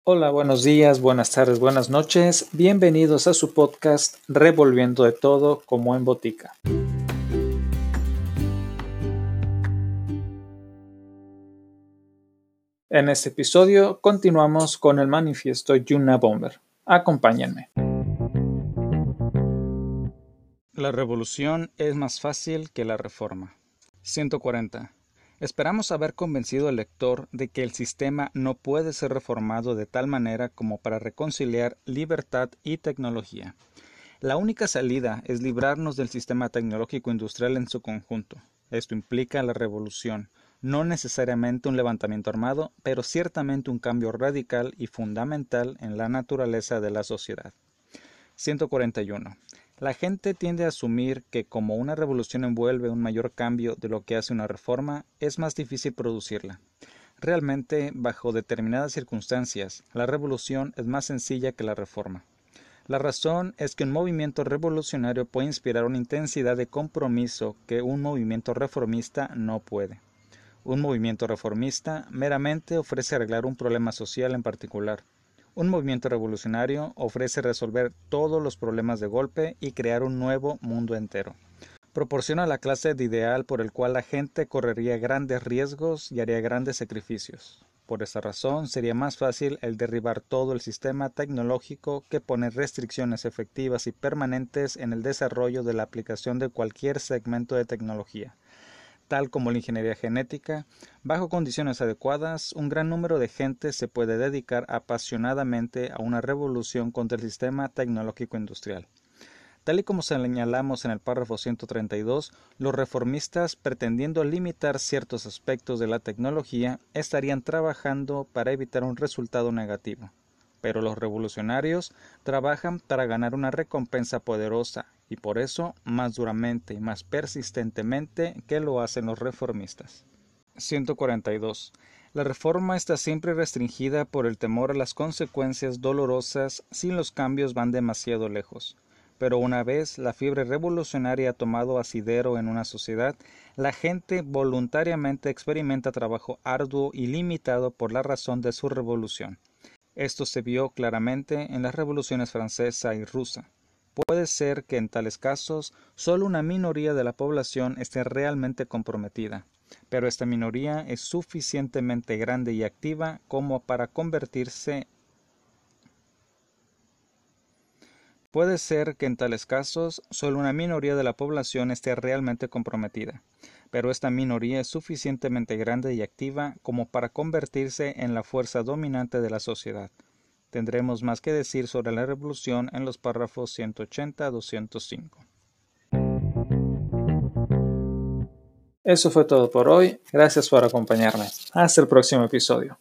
Hola, buenos días, buenas tardes, buenas noches. Bienvenidos a su podcast Revolviendo de todo como en botica. En este episodio continuamos con el manifiesto Unabomber. Acompáñenme. La revolución es más fácil que la reforma. 140. Esperamos haber convencido al lector de que el sistema no puede ser reformado de tal manera como para reconciliar libertad y tecnología. La única salida es librarnos del sistema tecnológico industrial en su conjunto. Esto implica la revolución, no necesariamente un levantamiento armado, pero ciertamente un cambio radical y fundamental en la naturaleza de la sociedad. 141. La gente tiende a asumir que como una revolución envuelve un mayor cambio de lo que hace una reforma, es más difícil producirla. Realmente, bajo determinadas circunstancias, la revolución es más sencilla que la reforma. La razón es que un movimiento revolucionario puede inspirar una intensidad de compromiso que un movimiento reformista no puede. Un movimiento reformista meramente ofrece arreglar un problema social en particular. Un movimiento revolucionario ofrece resolver todos los problemas de golpe y crear un nuevo mundo entero. Proporciona la clase de ideal por el cual la gente correría grandes riesgos y haría grandes sacrificios. Por esa razón, sería más fácil el derribar todo el sistema tecnológico que poner restricciones efectivas y permanentes en el desarrollo de la aplicación de cualquier segmento de tecnología. Tal como la ingeniería genética, bajo condiciones adecuadas, un gran número de gente se puede dedicar apasionadamente a una revolución contra el sistema tecnológico industrial. Tal y como señalamos en el párrafo 132, los reformistas, pretendiendo limitar ciertos aspectos de la tecnología, estarían trabajando para evitar un resultado negativo. Pero los revolucionarios trabajan para ganar una recompensa poderosa, y por eso más duramente y más persistentemente que lo hacen los reformistas. 142. La reforma está siempre restringida por el temor a las consecuencias dolorosas si los cambios van demasiado lejos. Pero una vez la fiebre revolucionaria ha tomado asidero en una sociedad, la gente voluntariamente experimenta trabajo arduo y limitado por la razón de su revolución. Esto se vio claramente en las revoluciones francesa y rusa. Puede ser que en tales casos solo una minoría de la población esté realmente comprometida, pero esta minoría es suficientemente grande y activa como para convertirse. Puede ser que en tales casos solo una minoría de la población esté realmente comprometida, pero esta minoría es suficientemente grande y activa como para convertirse en la fuerza dominante de la sociedad. Tendremos más que decir sobre la revolución en los párrafos 180 a 205. Eso fue todo por hoy. Gracias por acompañarme. Hasta el próximo episodio.